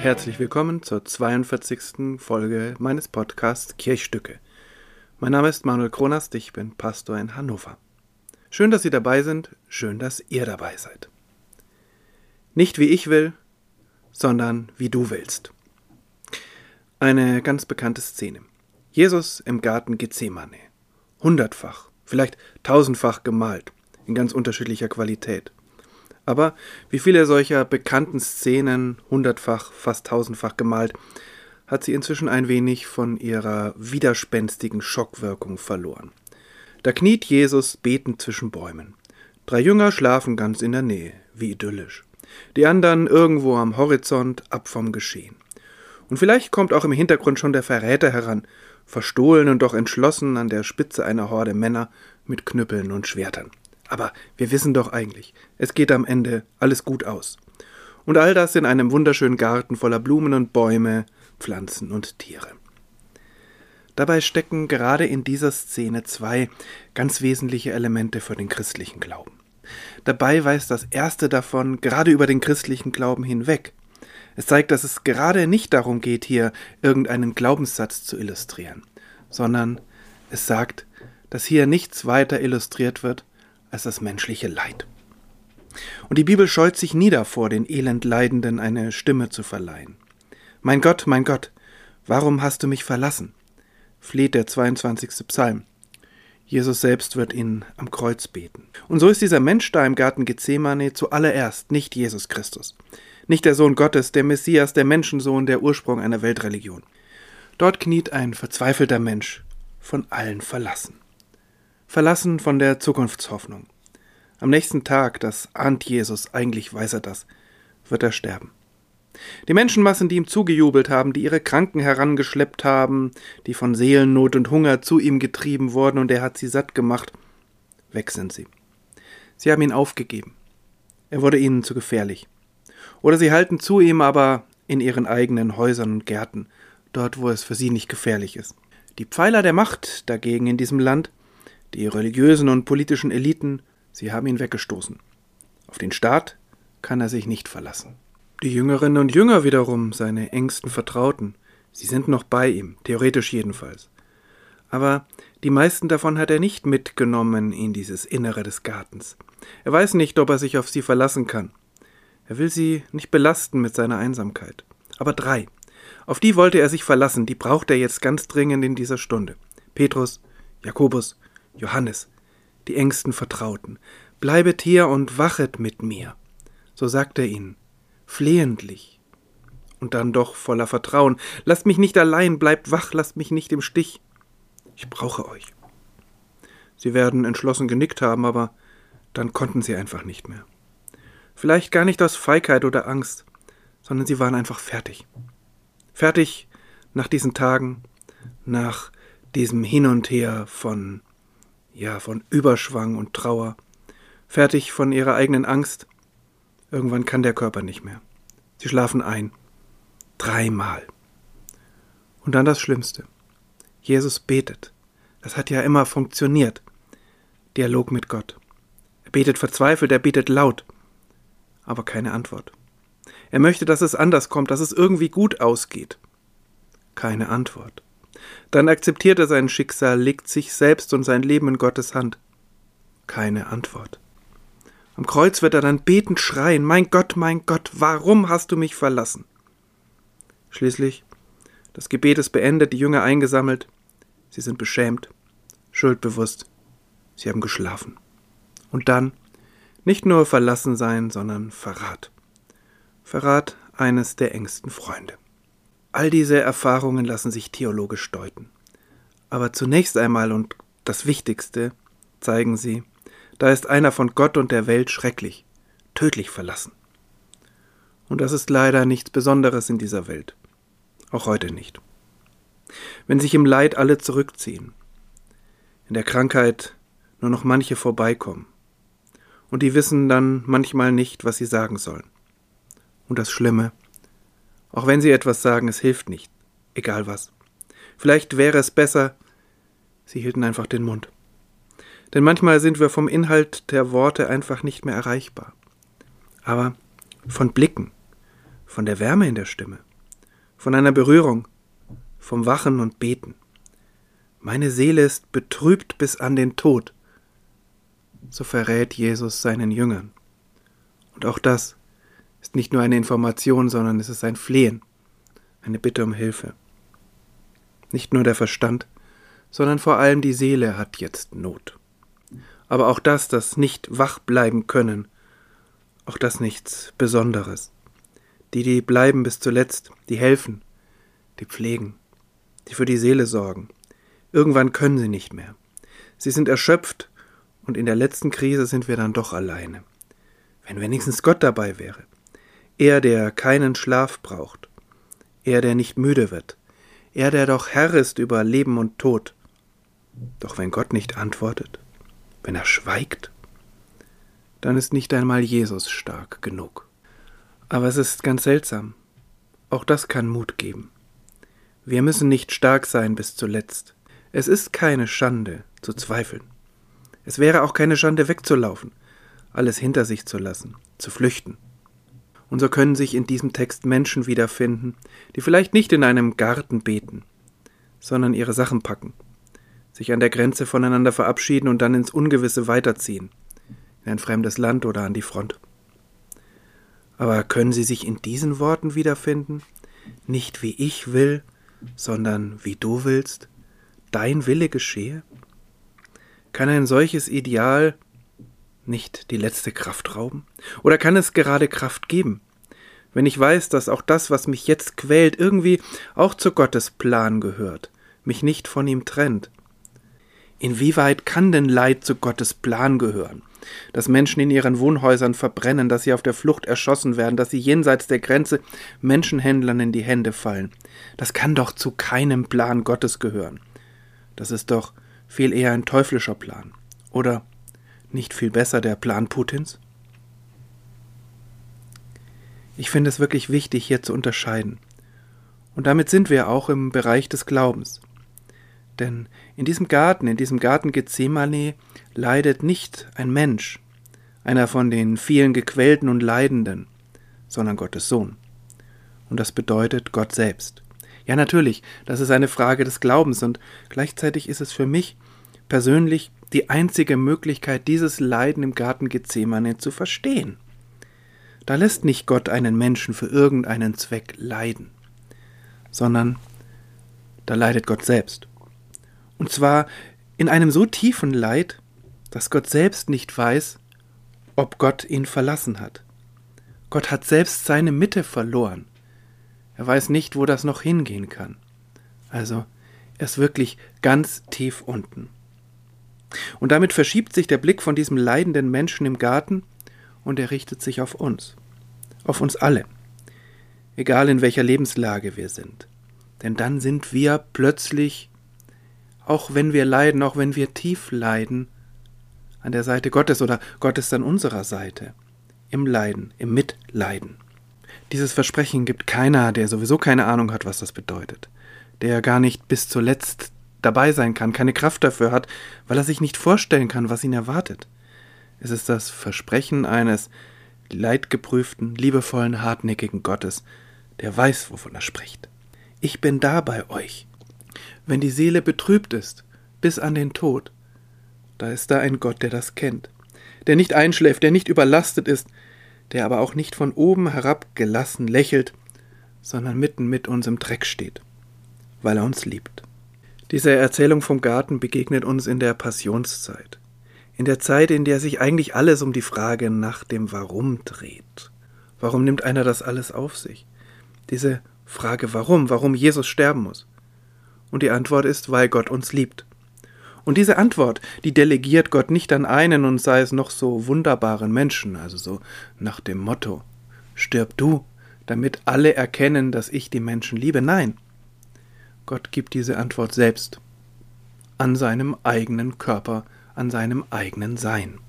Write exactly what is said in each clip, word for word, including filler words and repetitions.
herzlich willkommen zur zweiundvierzigsten Folge meines Podcasts Kirchstücke. Mein Name ist Manuel Kronast, ich bin Pastor in Hannover. Schön, dass Sie dabei sind, schön, dass ihr dabei seid. Nicht wie ich will, sondern wie du willst. Eine ganz bekannte Szene. Jesus im Garten Gethsemane. Hundertfach, vielleicht tausendfach gemalt, in ganz unterschiedlicher Qualität. Aber wie viele solcher bekannten Szenen, hundertfach, fast tausendfach gemalt, hat sie inzwischen ein wenig von ihrer widerspenstigen Schockwirkung verloren. Da kniet Jesus betend zwischen Bäumen. Drei Jünger schlafen ganz in der Nähe, wie idyllisch. Die anderen irgendwo am Horizont, ab vom Geschehen. Und vielleicht kommt auch im Hintergrund schon der Verräter heran, verstohlen und doch entschlossen an der Spitze einer Horde Männer mit Knüppeln und Schwertern. Aber wir wissen doch eigentlich, es geht am Ende alles gut aus. Und all das in einem wunderschönen Garten voller Blumen und Bäume, Pflanzen und Tiere. Dabei stecken gerade in dieser Szene zwei ganz wesentliche Elemente für den christlichen Glauben. Dabei weist das erste davon gerade über den christlichen Glauben hinweg. Es zeigt, dass es gerade nicht darum geht, hier irgendeinen Glaubenssatz zu illustrieren, sondern es sagt, dass hier nichts weiter illustriert wird als das menschliche Leid. Und die Bibel scheut sich nie davor, den Elendleidenden eine Stimme zu verleihen. Mein Gott, mein Gott, warum hast du mich verlassen? Fleht der zweiundzwanzigste Psalm. Jesus selbst wird ihn am Kreuz beten. Und so ist dieser Mensch da im Garten Gethsemane zuallererst nicht Jesus Christus. Nicht der Sohn Gottes, der Messias, der Menschensohn, der Ursprung einer Weltreligion. Dort kniet ein verzweifelter Mensch, von allen verlassen. Verlassen von der Zukunftshoffnung. Am nächsten Tag, das ahnt Jesus, eigentlich weiß er das, wird er sterben. Die Menschenmassen, die ihm zugejubelt haben, die ihre Kranken herangeschleppt haben, die von Seelennot und Hunger zu ihm getrieben wurden und er hat sie satt gemacht, weg sind sie. Sie haben ihn aufgegeben. Er wurde ihnen zu gefährlich. Oder sie halten zu ihm, aber in ihren eigenen Häusern und Gärten, dort, wo es für sie nicht gefährlich ist. Die Pfeiler der Macht dagegen in diesem Land, die religiösen und politischen Eliten, sie haben ihn weggestoßen. Auf den Staat kann er sich nicht verlassen. Die Jüngerinnen und Jünger wiederum, seine engsten Vertrauten, sie sind noch bei ihm, theoretisch jedenfalls. Aber die meisten davon hat er nicht mitgenommen in dieses Innere des Gartens. Er weiß nicht, ob er sich auf sie verlassen kann. Er will sie nicht belasten mit seiner Einsamkeit. Aber drei, auf die wollte er sich verlassen, die braucht er jetzt ganz dringend in dieser Stunde. Petrus, Jakobus, Johannes, die engsten Vertrauten. Bleibet hier und wachet mit mir. So sagt er ihnen. Flehentlich und dann doch voller Vertrauen. Lasst mich nicht allein, bleibt wach, lasst mich nicht im Stich. Ich brauche euch. Sie werden entschlossen genickt haben, aber dann konnten sie einfach nicht mehr. Vielleicht gar nicht aus Feigheit oder Angst, sondern sie waren einfach fertig. Fertig nach diesen Tagen, nach diesem Hin und Her von, ja, von Überschwang und Trauer. Fertig von ihrer eigenen Angst. Irgendwann kann der Körper nicht mehr. Sie schlafen ein. Dreimal. Und dann das Schlimmste. Jesus betet. Das hat ja immer funktioniert. Dialog mit Gott. Er betet verzweifelt, er betet laut. Aber keine Antwort. Er möchte, dass es anders kommt, dass es irgendwie gut ausgeht. Keine Antwort. Dann akzeptiert er sein Schicksal, legt sich selbst und sein Leben in Gottes Hand. Keine Antwort. Am Kreuz wird er dann betend schreien, mein Gott, mein Gott, warum hast du mich verlassen? Schließlich, das Gebet ist beendet, die Jünger eingesammelt, sie sind beschämt, schuldbewusst, sie haben geschlafen. Und dann nicht nur verlassen sein, sondern Verrat. Verrat eines der engsten Freunde. All diese Erfahrungen lassen sich theologisch deuten. Aber zunächst einmal und das Wichtigste zeigen sie, da ist einer von Gott und der Welt schrecklich, tödlich verlassen. Und das ist leider nichts Besonderes in dieser Welt. Auch heute nicht. Wenn sich im Leid alle zurückziehen, in der Krankheit nur noch manche vorbeikommen, und die wissen dann manchmal nicht, was sie sagen sollen. Und das Schlimme, auch wenn sie etwas sagen, es hilft nicht, egal was. Vielleicht wäre es besser, sie hielten einfach den Mund. Denn manchmal sind wir vom Inhalt der Worte einfach nicht mehr erreichbar. Aber von Blicken, von der Wärme in der Stimme, von einer Berührung, vom Wachen und Beten. Meine Seele ist betrübt bis an den Tod. So verrät Jesus seinen Jüngern. Und auch das ist nicht nur eine Information, sondern es ist ein Flehen, eine Bitte um Hilfe. Nicht nur der Verstand, sondern vor allem die Seele hat jetzt Not. Aber auch das, das nicht wach bleiben können, auch das nichts Besonderes. Die, die bleiben bis zuletzt, die helfen, die pflegen, die für die Seele sorgen. Irgendwann können sie nicht mehr. Sie sind erschöpft und in der letzten Krise sind wir dann doch alleine. Wenn wenigstens Gott dabei wäre. Er, der keinen Schlaf braucht. Er, der nicht müde wird. Er, der doch Herr ist über Leben und Tod. Doch wenn Gott nicht antwortet, wenn er schweigt, dann ist nicht einmal Jesus stark genug. Aber es ist ganz seltsam. Auch das kann Mut geben. Wir müssen nicht stark sein bis zuletzt. Es ist keine Schande, zu zweifeln. Es wäre auch keine Schande, wegzulaufen, alles hinter sich zu lassen, zu flüchten. Und so können sich in diesem Text Menschen wiederfinden, die vielleicht nicht in einem Garten beten, sondern ihre Sachen packen, sich an der Grenze voneinander verabschieden und dann ins Ungewisse weiterziehen, in ein fremdes Land oder an die Front. Aber können sie sich in diesen Worten wiederfinden? Nicht wie ich will, sondern wie du willst, dein Wille geschehe? Kann ein solches Ideal nicht die letzte Kraft rauben? Oder kann es gerade Kraft geben? Wenn ich weiß, dass auch das, was mich jetzt quält, irgendwie auch zu Gottes Plan gehört, mich nicht von ihm trennt. Inwieweit kann denn Leid zu Gottes Plan gehören? Dass Menschen in ihren Wohnhäusern verbrennen, dass sie auf der Flucht erschossen werden, dass sie jenseits der Grenze Menschenhändlern in die Hände fallen. Das kann doch zu keinem Plan Gottes gehören. Das ist doch viel eher ein teuflischer Plan. Oder nicht viel besser der Plan Putins? Ich finde es wirklich wichtig, hier zu unterscheiden. Und damit sind wir auch im Bereich des Glaubens. Denn in diesem Garten, in diesem Garten Gethsemane, leidet nicht ein Mensch, einer von den vielen Gequälten und Leidenden, sondern Gottes Sohn. Und das bedeutet Gott selbst. Ja, natürlich, das ist eine Frage des Glaubens und gleichzeitig ist es für mich persönlich die einzige Möglichkeit, dieses Leiden im Garten Gethsemane zu verstehen. Da lässt nicht Gott einen Menschen für irgendeinen Zweck leiden, sondern da leidet Gott selbst. Und zwar in einem so tiefen Leid, dass Gott selbst nicht weiß, ob Gott ihn verlassen hat. Gott hat selbst seine Mitte verloren. Er weiß nicht, wo das noch hingehen kann. Also, er ist wirklich ganz tief unten. Und damit verschiebt sich der Blick von diesem leidenden Menschen im Garten und er richtet sich auf uns. Auf uns alle. Egal in welcher Lebenslage wir sind. Denn dann sind wir plötzlich, auch wenn wir leiden, auch wenn wir tief leiden, an der Seite Gottes oder Gott ist an unserer Seite. Im Leiden, im Mitleiden. Dieses Versprechen gibt keiner, der sowieso keine Ahnung hat, was das bedeutet. Der gar nicht bis zuletzt dabei sein kann, keine Kraft dafür hat, weil er sich nicht vorstellen kann, was ihn erwartet. Es ist das Versprechen eines leidgeprüften, liebevollen, hartnäckigen Gottes, der weiß, wovon er spricht. Ich bin da bei euch. Wenn die Seele betrübt ist, bis an den Tod, da ist da ein Gott, der das kennt, der nicht einschläft, der nicht überlastet ist, der aber auch nicht von oben herab gelassen lächelt, sondern mitten mit uns im Dreck steht, weil er uns liebt. Diese Erzählung vom Garten begegnet uns in der Passionszeit, in der Zeit, in der sich eigentlich alles um die Frage nach dem Warum dreht. Warum nimmt einer das alles auf sich? Diese Frage warum, warum Jesus sterben muss. Und die Antwort ist, weil Gott uns liebt. Und diese Antwort, die delegiert Gott nicht an einen und sei es noch so wunderbaren Menschen, also so nach dem Motto, stirb du, damit alle erkennen, dass ich die Menschen liebe. Nein, Gott gibt diese Antwort selbst, an seinem eigenen Körper, an seinem eigenen Sein.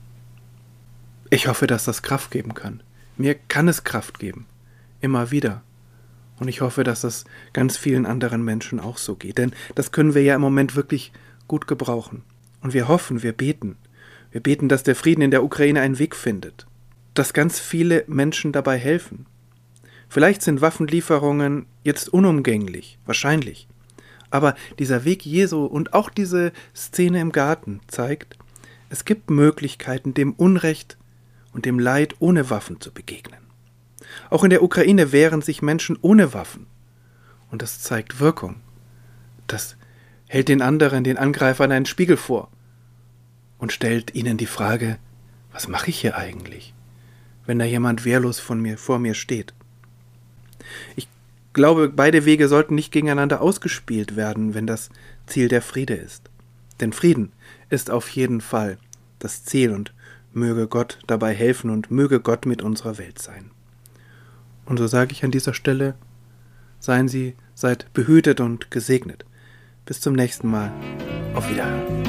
Ich hoffe, dass das Kraft geben kann. Mir kann es Kraft geben, immer wieder. Und ich hoffe, dass das ganz vielen anderen Menschen auch so geht, denn das können wir ja im Moment wirklich gut gebrauchen. Und wir hoffen, wir beten. Wir beten, dass der Frieden in der Ukraine einen Weg findet. Dass ganz viele Menschen dabei helfen. Vielleicht sind Waffenlieferungen jetzt unumgänglich, wahrscheinlich. Aber dieser Weg Jesu und auch diese Szene im Garten zeigt, es gibt Möglichkeiten, dem Unrecht und dem Leid ohne Waffen zu begegnen. Auch in der Ukraine wehren sich Menschen ohne Waffen. Und das zeigt Wirkung. Das hält den anderen, den Angreifern, einen Spiegel vor und stellt ihnen die Frage, was mache ich hier eigentlich, wenn da jemand wehrlos von mir, vor mir steht? Ich glaube, beide Wege sollten nicht gegeneinander ausgespielt werden, wenn das Ziel der Friede ist. Denn Frieden ist auf jeden Fall das Ziel und möge Gott dabei helfen und möge Gott mit unserer Welt sein. Und so sage ich an dieser Stelle, seien Sie, seid behütet und gesegnet. Bis zum nächsten Mal. Auf Wiederhören.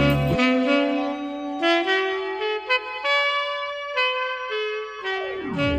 Thank you.